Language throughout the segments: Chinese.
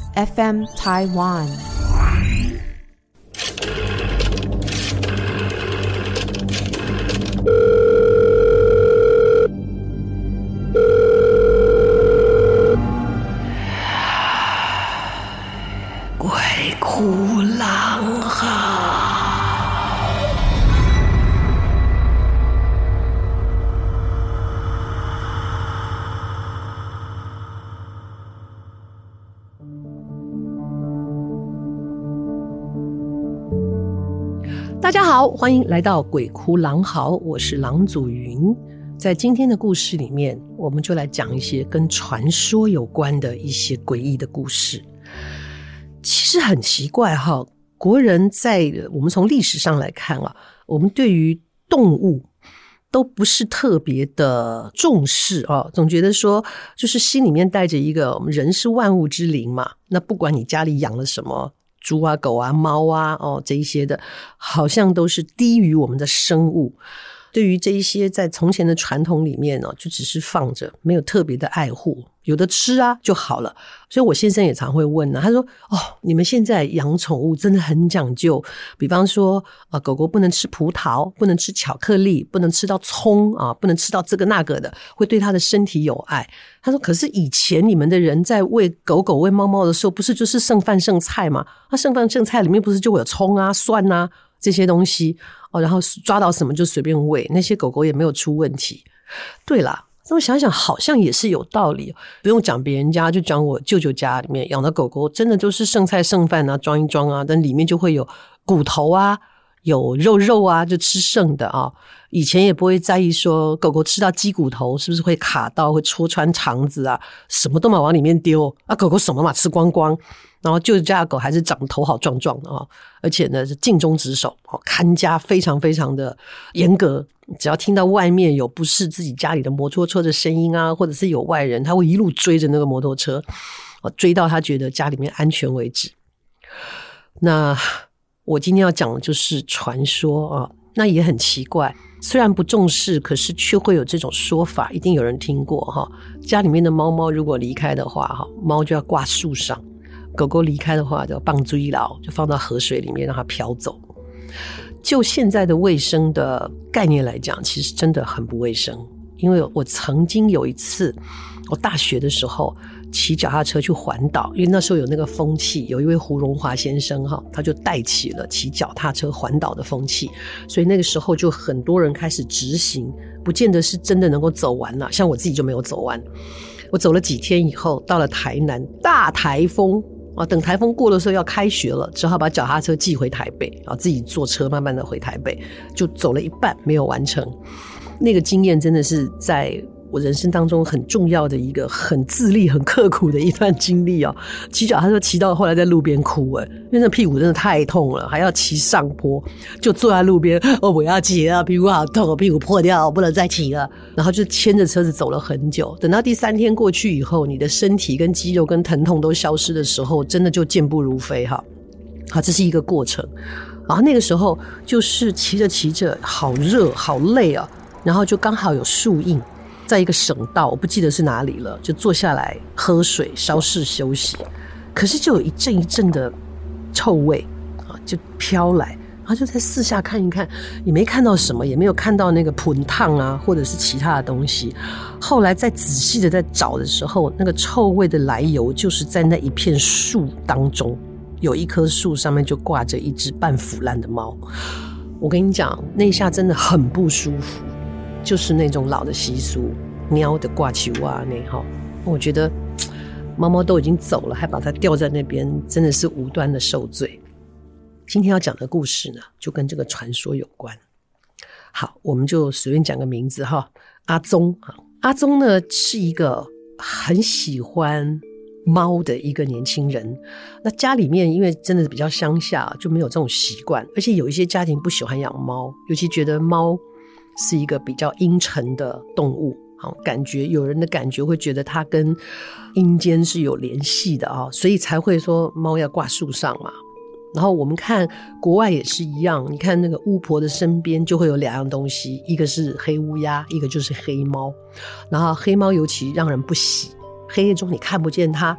FM Taiwan。 鬼哭狼嚎。大家好，欢迎来到鬼哭狼嚎，我是郎祖云。在今天的故事里面，我们就来讲一些跟传说有关的一些诡异的故事。其实很奇怪哈，国人在我们从历史上来看啊，我们对于动物都不是特别的重视啊，总觉得说就是心里面带着一个我们人是万物之灵嘛，那不管你家里养了什么猪啊狗啊猫啊这一些的，好像都是低于我们的生物。对于这一些在从前的传统里面就只是放着，没有特别的爱护，有的吃啊就好了。所以我先生也常会问他说你们现在养宠物真的很讲究，比方说狗狗不能吃葡萄，不能吃巧克力，不能吃到葱不能吃到这个那个的，会对它的身体有害。他说可是以前你们的人在喂狗狗喂猫猫的时候，不是就是剩饭剩菜吗？剩饭剩菜里面不是就会有葱啊蒜啊这些东西然后抓到什么就随便喂，那些狗狗也没有出问题。对啦，这么想想好像也是有道理。不用讲别人家，就讲我舅舅家里面养的狗狗，真的就是剩菜剩饭啊，装一装啊，但里面就会有骨头啊，有肉啊，就吃剩的啊。以前也不会在意说狗狗吃到鸡骨头是不是会卡到，会戳穿肠子啊，什么都嘛往里面丢啊，狗狗什么嘛吃光光。然后舅舅家的狗还是长得头好壮壮的而且呢是尽忠职守看家非常非常的严格，只要听到外面有不是自己家里的摩托车的声音啊，或者是有外人，他会一路追着那个摩托车追到他觉得家里面安全为止。那我今天要讲的就是传说那也很奇怪，虽然不重视，可是却会有这种说法，一定有人听过家里面的猫猫如果离开的话猫就要挂树上，狗狗离开的话就放水牢，就放到河水里面让它飘走。就现在的卫生的概念来讲，其实真的很不卫生。因为我曾经有一次，我大学的时候骑脚踏车去环岛，因为那时候有那个风气，有一位胡荣华先生他就带起了骑脚踏车环岛的风气，所以那个时候就很多人开始执行，不见得是真的能够走完了，像我自己就没有走完。我走了几天以后，到了台南，大台风等台风过的时候要开学了，只好把脚踏车寄回台北自己坐车慢慢的回台北，就走了一半没有完成。那个经验真的是在我人生当中很重要的一个很自立很刻苦的一段经历骑脚踏车骑到后来在路边哭因为那屁股真的太痛了，还要骑上坡，就坐在路边我要骑了，屁股好痛，屁股破掉，我不能再骑了。然后就牵着车子走了很久，等到第3天过去以后，你的身体跟肌肉跟疼痛都消失的时候，真的就健步如飞好，这是一个过程。然后那个时候就是骑着骑着好热好累然后就刚好有树荫，在一个省道，我不记得是哪里了，就坐下来喝水稍事休息。可是就有一阵一阵的臭味就飘来，然后就在四下看一看，也没看到什么，也没有看到那个盆烫啊或者是其他的东西。后来再仔细的在找的时候，那个臭味的来由就是在那一片树当中，有一棵树上面就挂着一只半腐烂的猫。我跟你讲，那一下真的很不舒服，就是那种老的习俗，喵的挂球啊我觉得猫猫都已经走了，还把它吊在那边，真的是无端的受罪。今天要讲的故事呢，就跟这个传说有关。好，我们就随便讲个名字阿宗。阿宗呢是一个很喜欢猫的一个年轻人，那家里面因为真的比较乡下，就没有这种习惯，而且有一些家庭不喜欢养猫，尤其觉得猫是一个比较阴沉的动物，感觉有人的感觉会觉得它跟阴间是有联系的所以才会说猫要挂树上嘛。然后我们看国外也是一样，你看那个巫婆的身边就会有2样东西，一个是黑乌鸦，一个就是黑猫。然后黑猫尤其让人不喜，黑夜中你看不见它，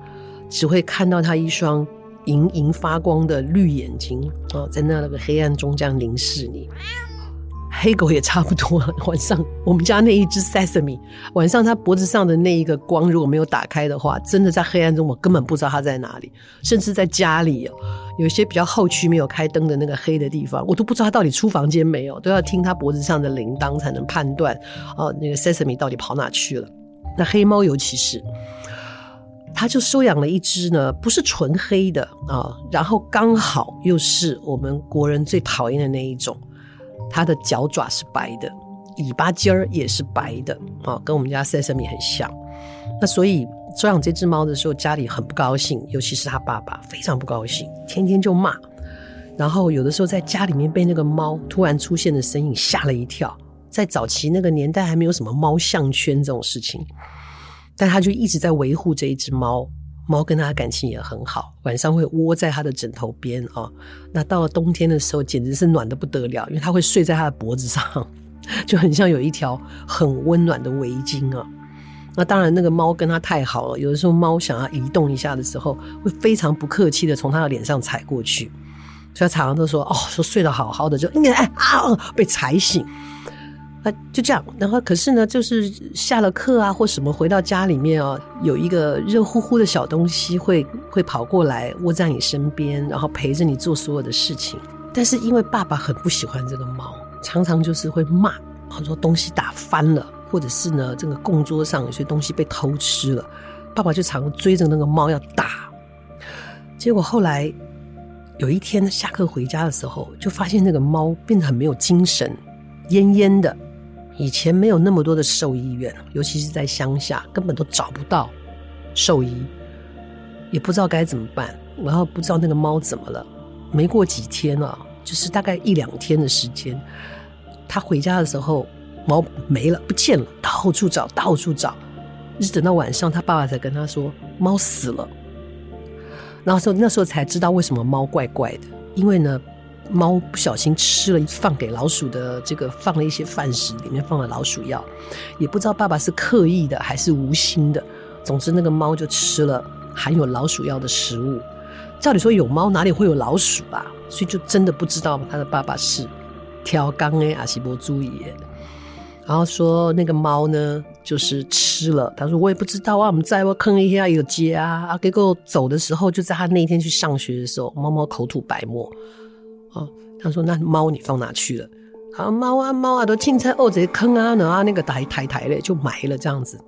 只会看到他一双莹莹发光的绿眼睛在那个黑暗中这样凝视你。黑狗也差不多，晚上我们家那一只 Sesame 晚上它脖子上的那一个光如果没有打开的话，真的在黑暗中我根本不知道它在哪里，甚至在家里有一些比较后区没有开灯的那个黑的地方，我都不知道它到底出房间没有，都要听它脖子上的铃铛才能判断那个 Sesame 到底跑哪去了。那黑猫尤其是他就收养了一只呢，不是纯黑的然后刚好又是我们国人最讨厌的那一种，它的脚爪是白的，尾巴尖儿也是白的跟我们家 Sesame 很像。那所以收养这只猫的时候，家里很不高兴，尤其是他爸爸非常不高兴，天天就骂。然后有的时候在家里面被那个猫突然出现的身影吓了一跳，在早期那个年代还没有什么猫项圈这种事情，但他就一直在维护这一只猫，猫跟他的感情也很好，晚上会窝在他的枕头边那到了冬天的时候简直是暖得不得了，因为他会睡在他的脖子上，就很像有一条很温暖的围巾那当然那个猫跟他太好了，有的时候猫想要移动一下的时候会非常不客气的从他的脸上踩过去，所以他常常都说说睡得好好的就被踩醒就这样。然后可是呢就是下了课或什么回到家里面有一个热乎乎的小东西会跑过来窝在你身边，然后陪着你做所有的事情。但是因为爸爸很不喜欢这个猫，常常就是会骂说东西打翻了，或者是呢这个供桌上有些东西被偷吃了，爸爸就常追着那个猫要打。结果后来有一天下课回家的时候，就发现那个猫变得很没有精神，奄奄的。以前没有那么多的兽医院，尤其是在乡下根本都找不到兽医，也不知道该怎么办，然后不知道那个猫怎么了。没过几天就是大概1-2天的时间，他回家的时候猫没了，不见了，到处找到处找，一直等到晚上他爸爸才跟他说猫死了。然后那时候才知道为什么猫怪怪的，因为呢猫不小心吃了放给老鼠的放了一些饭食，里面放了老鼠药，也不知道爸爸是刻意的还是无心的，总之那个猫就吃了含有老鼠药的食物。照理说有猫哪里会有老鼠所以就真的不知道他的爸爸是挑缸还是没注意然后说那个猫呢就是吃了，他说我也不知道我们在我坑一下有接结果走的时候就在他那天去上学的时候，猫口吐白沫他说那猫你放哪去了猫都青菜这坑然后那个抬嘞就埋了，这样子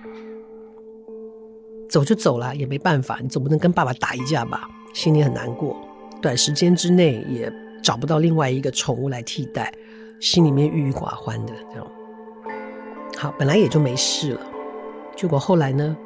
走就走了，也没办法，你总不能跟爸爸打一架吧，心里很难过，短时间之内也找不到另外一个宠物来替代，心里面郁郁寡欢的这样。好，本来也就没事了，结果后来呢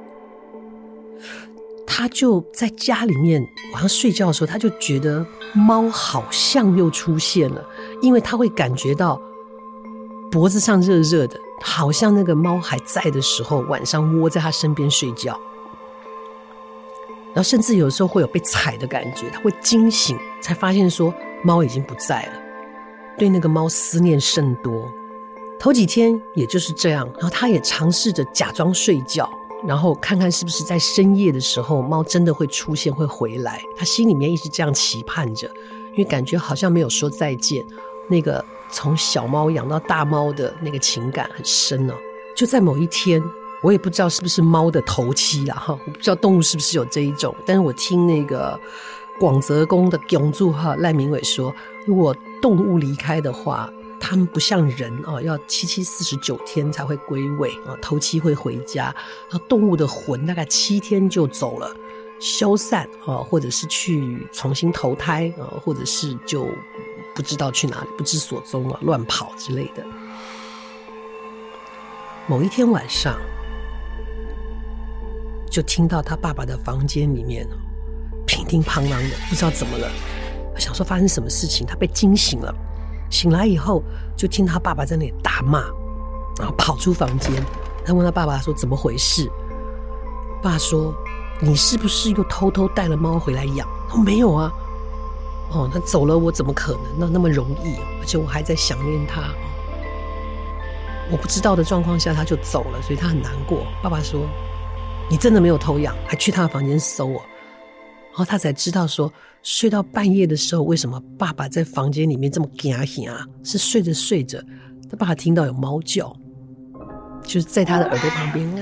他就在家里面晚上睡觉的时候，他就觉得猫好像又出现了，因为他会感觉到脖子上热热的，好像那个猫还在的时候晚上窝在他身边睡觉，然后甚至有时候会有被踩的感觉，他会惊醒才发现说猫已经不在了，对那个猫思念甚多。头几天也就是这样，然后他也尝试着假装睡觉，然后看看是不是在深夜的时候猫真的会出现会回来，他心里面一直这样期盼着，因为感觉好像没有说再见，那个从小猫养到大猫的那个情感很深就在某一天，我也不知道是不是猫的头七我不知道动物是不是有这一种，但是我听那个广泽宫的永驻赖明伟说，如果动物离开的话，他们不像人要749天才会归位头七会回家，动物的魂大概7天就走了，消散或者是去重新投胎或者是就不知道去哪里，不知所踪乱跑之类的。某一天晚上就听到他爸爸的房间里面乒乒乓乓的，不知道怎么了，他想说发生什么事情，他被惊醒了，醒来以后就听他爸爸在那里大骂，然后跑出房间，他问他爸爸说怎么回事，爸说你是不是又偷偷带了猫回来养？没有他走了我怎么可能那么容易而且我还在想念他我不知道的状况下他就走了，所以他很难过。爸爸说你真的没有偷养，还去他的房间搜然后他才知道说睡到半夜的时候为什么爸爸在房间里面这么惊醒啊，是睡着睡着他爸爸听到有猫叫，就是在他的耳朵旁边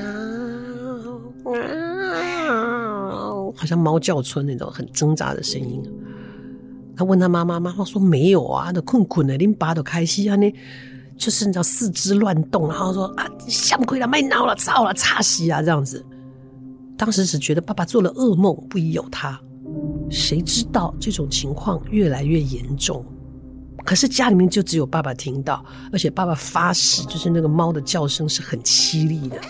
好像猫叫春那种很挣扎的声音。他问他妈妈，妈妈说没有啊，那困困的，恁爸都开始啊，就是你知道四肢乱动，然后说啊，想亏了，卖闹了，糟了，差死啊，这样子。当时只觉得爸爸做了噩梦，不宜有他。谁知道这种情况越来越严重，可是家里面就只有爸爸听到，而且爸爸发誓，就是那个猫的叫声是很凄厉的，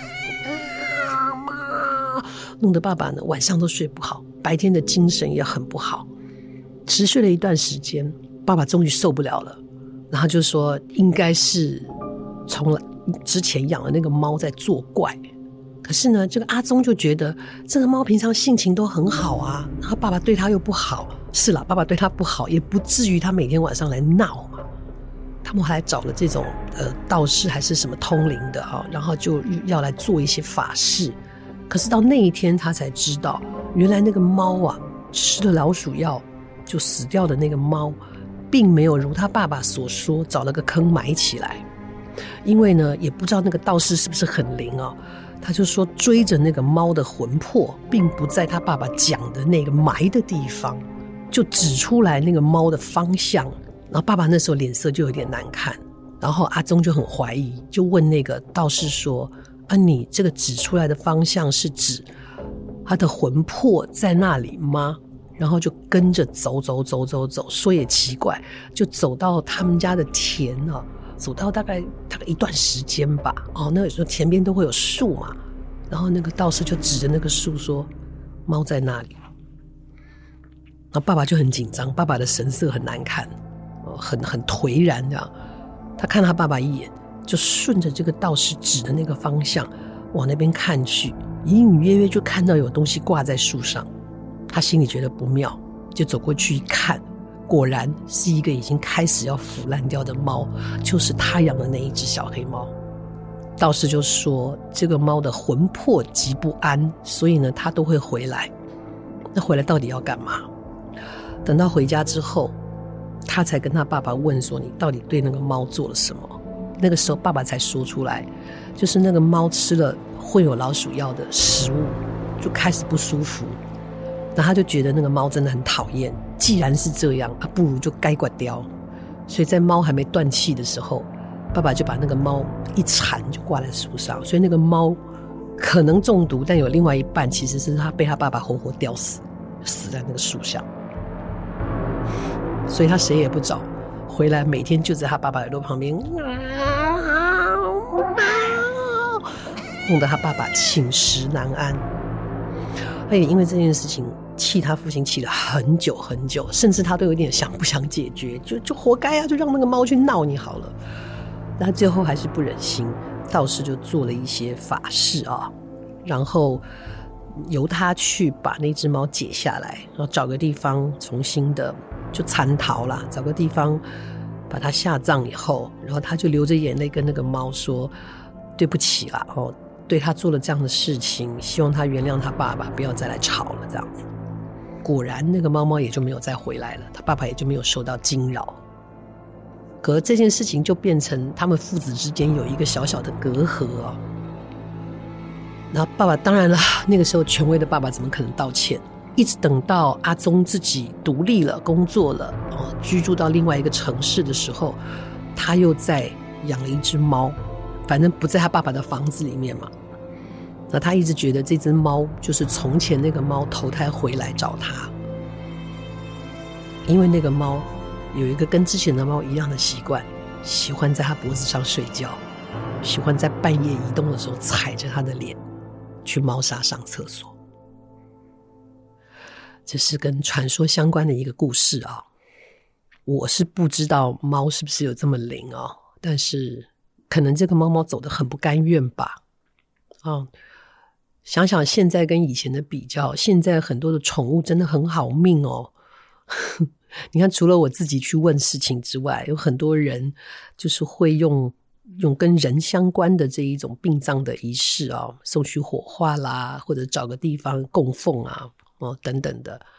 弄得爸爸呢晚上都睡不好，白天的精神也很不好。持续了一段时间，爸爸终于受不了了，然后就说应该是从之前养的那个猫在作怪。可是呢，这个阿宗就觉得这个猫平常性情都很好啊，然后爸爸对他又不好。是啦，爸爸对他不好，也不至于他每天晚上来闹嘛。他们还找了这种道士还是什么通灵的啊，然后就要来做一些法事。可是到那一天他才知道，原来那个猫啊吃了老鼠药就死掉的那个猫，并没有如他爸爸所说找了个坑埋起来。因为呢也不知道那个道士是不是很灵啊，他就说追着那个猫的魂魄并不在他爸爸讲的那个埋的地方，就指出来那个猫的方向。然后爸爸那时候脸色就有点难看，然后阿宗就很怀疑，就问那个道士说啊，你这个指出来的方向是指他的魂魄在那里吗？然后就跟着走，说也奇怪，就走到他们家的田啊，走到大概一段时间吧。那有时候田边都会有树嘛，然后那个道士就指着那个树说猫在那里。然后爸爸就很紧张，爸爸的神色很难看，很颓然这样。他看他爸爸一眼，就顺着这个道士指的那个方向往那边看去，隐隐约约就看到有东西挂在树上。他心里觉得不妙，就走过去一看，果然是一个已经开始要腐烂掉的猫，就是他养的那一只小黑猫。道士就说这个猫的魂魄极不安，所以呢他都会回来。那回来到底要干嘛？等到回家之后，他才跟他爸爸问说你到底对那个猫做了什么。那个时候爸爸才说出来，就是那个猫吃了混有老鼠药的食物，就开始不舒服。然后他就觉得那个猫真的很讨厌，既然是这样不如就该管掉。所以在猫还没断气的时候，爸爸就把那个猫一缠就挂在树上。所以那个猫可能中毒，但有另外一半其实是他被他爸爸活活吊死，死在那个树上。所以他谁也不找，回来每天就在他爸爸耳朵旁边弄得他爸爸寝食难安。他也因为这件事情气他父亲气了很久很久，甚至他都有点想不想解决，就活该啊，就让那个猫去闹你好了。但最后还是不忍心，道士就做了一些法事啊，然后由他去把那只猫解下来，然后找个地方重新的就参逃啦，找个地方把它下葬以后，然后他就流着眼泪跟那个猫说对不起啦，对他做了这样的事情，希望他原谅他爸爸，不要再来吵了这样子。果然那个猫猫也就没有再回来了，他爸爸也就没有受到惊扰。可这件事情就变成他们父子之间有一个小小的隔阂哦。然后爸爸当然了，那个时候权威的爸爸怎么可能道歉？一直等到阿宗自己独立了，工作了，居住到另外一个城市的时候，他又再养了一只猫，反正不在他爸爸的房子里面嘛。那他一直觉得这只猫就是从前那个猫投胎回来找他，因为那个猫有一个跟之前的猫一样的习惯，喜欢在他脖子上睡觉，喜欢在半夜移动的时候踩着他的脸去猫砂上厕所。这是跟传说相关的一个故事啊。我是不知道猫是不是有这么灵啊，但是可能这个猫猫走得很不甘愿吧。想想现在跟以前的比较，现在很多的宠物真的很好命哦。你看除了我自己去问事情之外，有很多人就是会用跟人相关的这一种殡葬的仪式送去火化啦，或者找个地方供奉啊等等的，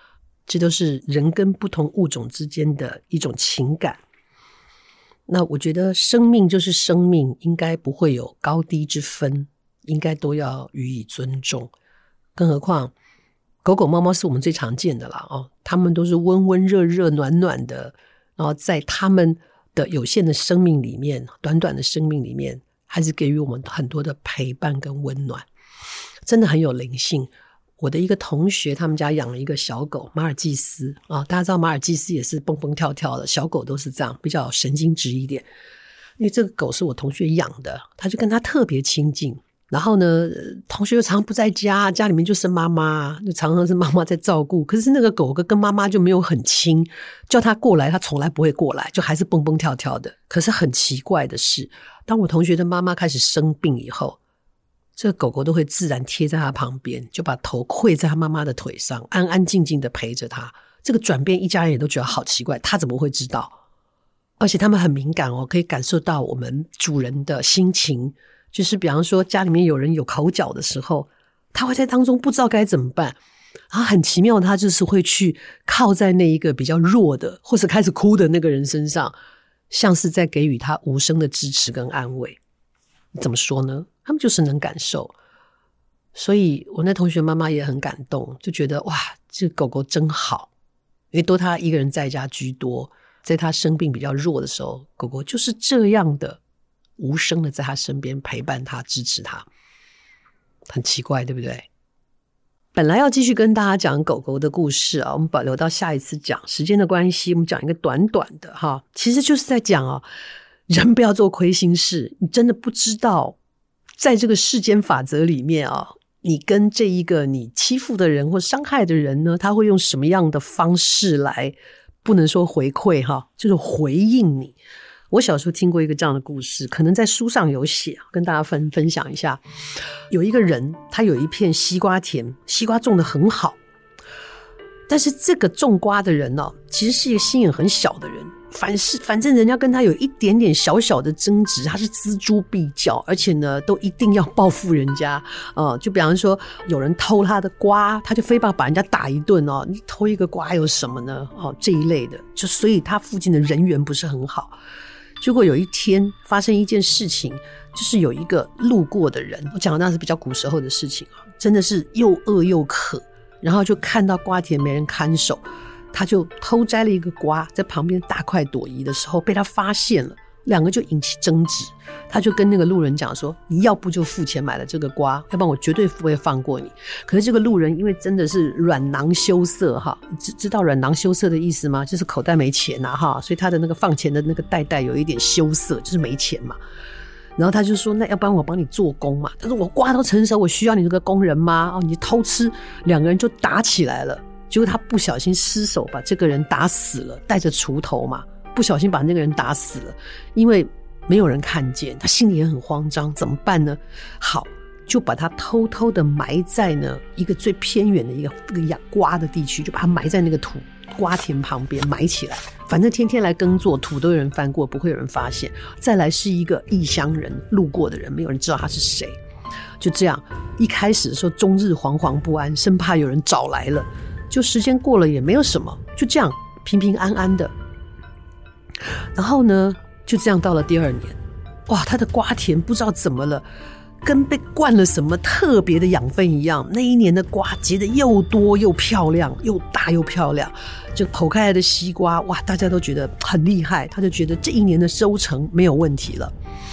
这都是人跟不同物种之间的一种情感。那我觉得生命就是生命，应该不会有高低之分，应该都要予以尊重。更何况狗狗猫猫是我们最常见的啦它们都是温温热热暖暖的，然后在他们的有限的生命里面，短短的生命里面，还是给予我们很多的陪伴跟温暖，真的很有灵性。我的一个同学他们家养了一个小狗马尔济斯大家知道马尔济斯也是蹦蹦跳跳的，小狗都是这样，比较神经质一点。因为这个狗是我同学养的，他就跟他特别亲近，然后呢同学又常常不在家，家里面就剩妈妈，就常常是妈妈在照顾，可是那个狗跟妈妈就没有很亲，叫他过来他从来不会过来，就还是蹦蹦跳跳的。可是很奇怪的是，当我同学的妈妈开始生病以后，这个狗狗都会自然贴在他旁边，就把头跪在他妈妈的腿上，安安静静的陪着他。这个转变一家人也都觉得好奇怪，他怎么会知道？而且他们很敏感可以感受到我们主人的心情，就是比方说家里面有人有口角的时候，他会在当中不知道该怎么办，然后很奇妙的他就是会去靠在那一个比较弱的或是开始哭的那个人身上，像是在给予他无声的支持跟安慰。怎么说呢？他们就是能感受。所以我那同学妈妈也很感动，就觉得哇，这狗狗真好，因为都他一个人在家居多，在他生病比较弱的时候，狗狗就是这样的无声的在他身边陪伴他支持他，很奇怪对不对？本来要继续跟大家讲狗狗的故事我们保留到下一次讲，时间的关系我们讲一个短短的其实就是在讲人不要做亏心事，你真的不知道在这个世间法则里面你跟这一个你欺负的人或伤害的人呢，他会用什么样的方式来，不能说回馈就是回应你。我小时候听过一个这样的故事，可能在书上有写，跟大家分享一下。有一个人他有一片西瓜田，西瓜种得很好，但是这个种瓜的人其实是一个心眼很小的人，反正人家跟他有一点点小小的争执，他是锱铢必较，而且呢都一定要报复人家就比方说有人偷他的瓜，他就非把人家打一顿你偷一个瓜有什么呢这一类的，就所以他附近的人缘不是很好。结果有一天发生一件事情，就是有一个路过的人，我讲的那是比较古时候的事情真的是又饿又渴，然后就看到瓜田没人看守，他就偷摘了一个瓜，在旁边大快朵颐的时候被他发现了，两个就引起争执。他就跟那个路人讲说，你要不就付钱买了这个瓜，要不然我绝对不会放过你。可是这个路人因为真的是软囊羞涩知道软囊羞涩的意思吗？就是口袋没钱所以他的那个放钱的那个袋有一点羞涩，就是没钱嘛。然后他就说，那要不然我帮你做工嘛，他说我瓜都成熟，我需要你这个工人吗你偷吃。两个人就打起来了，结果他不小心失手把这个人打死了，带着锄头嘛，不小心把那个人打死了。因为没有人看见，他心里也很慌张，怎么办呢？好，就把他偷偷的埋在呢一个最偏远的一个养瓜的地区，就把他埋在那个瓜田旁边埋起来，反正天天来耕作，土都有人翻过，不会有人发现。再来是一个异乡人，路过的人，没有人知道他是谁。就这样，一开始的时候终日惶惶不安，生怕有人找来了，就时间过了也没有什么，就这样平平安安的。然后呢就这样到了第二年，哇，他的瓜田不知道怎么了，跟被灌了什么特别的养分一样，那一年的瓜结得又多又漂亮，又大又漂亮，就剖开来的西瓜，哇，大家都觉得很厉害，他就觉得这一年的收成没有问题了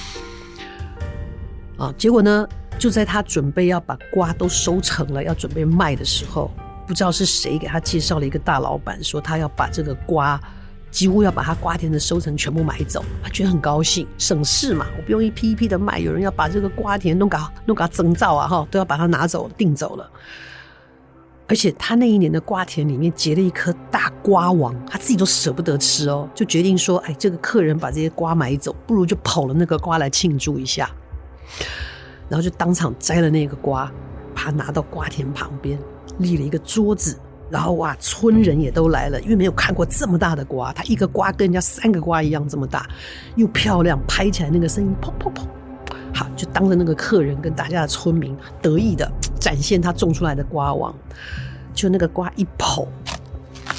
结果呢就在他准备要把瓜都收成了，要准备卖的时候，不知道是谁给他介绍了一个大老板，说他要把这个瓜几乎要把他瓜田的收成全部买走，他觉得很高兴，省事嘛，我不用一批一批的卖，有人要把这个瓜田弄给他增造都要把它拿走订走了。而且他那一年的瓜田里面结了一颗大瓜王，他自己都舍不得吃就决定说，这个客人把这些瓜买走，不如就跑了那个瓜来庆祝一下。然后就当场摘了那个瓜，把它拿到瓜田旁边立了一个桌子，然后哇，村人也都来了，因为没有看过这么大的瓜，它一个瓜跟人家3个瓜一样这么大，又漂亮，拍起来那个声音砰砰砰，好，就当着那个客人跟大家的村民得意的展现他种出来的瓜王。就那个瓜一剖，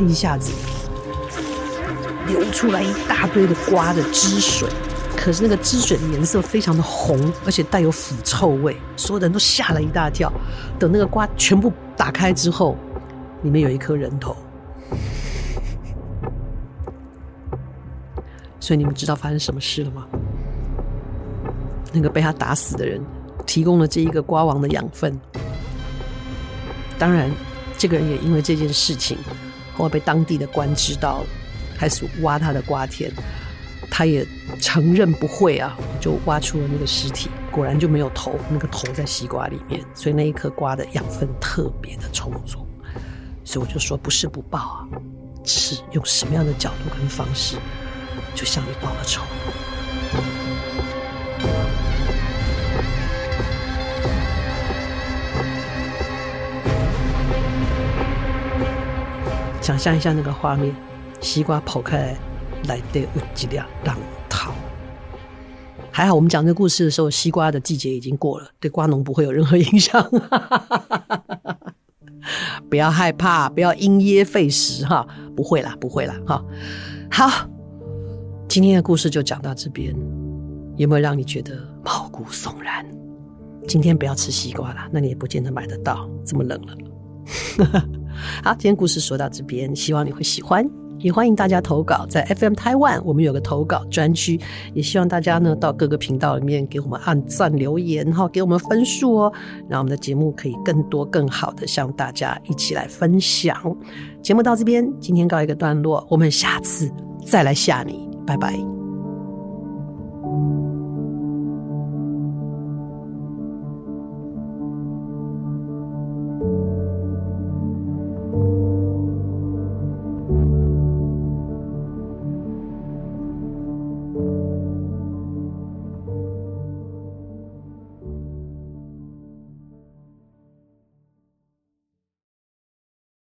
一下子流出来一大堆的瓜的汁水，可是那个汁水的颜色非常的红，而且带有腐臭味，所有人都吓了一大跳。等那个瓜全部打开之后，里面有一颗人头。所以你们知道发生什么事了吗？那个被他打死的人提供了这一个瓜王的养分。当然这个人也因为这件事情后来被当地的官知道了，开始挖他的瓜田，他也承认不会啊，就挖出了那个尸体，果然就没有头，那个头在西瓜里面，所以那一颗瓜的养分特别的充足。所以我就说不是不报啊，只是用什么样的角度跟方式就向你报了仇。想象一下那个画面，西瓜剖开来，内底有一粒人头。还好我们讲这个故事的时候，西瓜的季节已经过了，对瓜农不会有任何影响。不要害怕，不要因噎废食哈，不会啦，不会啦哈。好，今天的故事就讲到这边，有没有让你觉得毛骨悚然？今天不要吃西瓜啦，那你也不见得买得到，这么冷了。好，今天故事说到这边，希望你会喜欢，也欢迎大家投稿，在 FM Taiwan 我们有个投稿专区，也希望大家呢到各个频道里面给我们按赞留言，给我们分数哦，让我们的节目可以更多更好的向大家一起来分享。节目到这边，今天告一个段落，我们下次再来吓你，拜拜。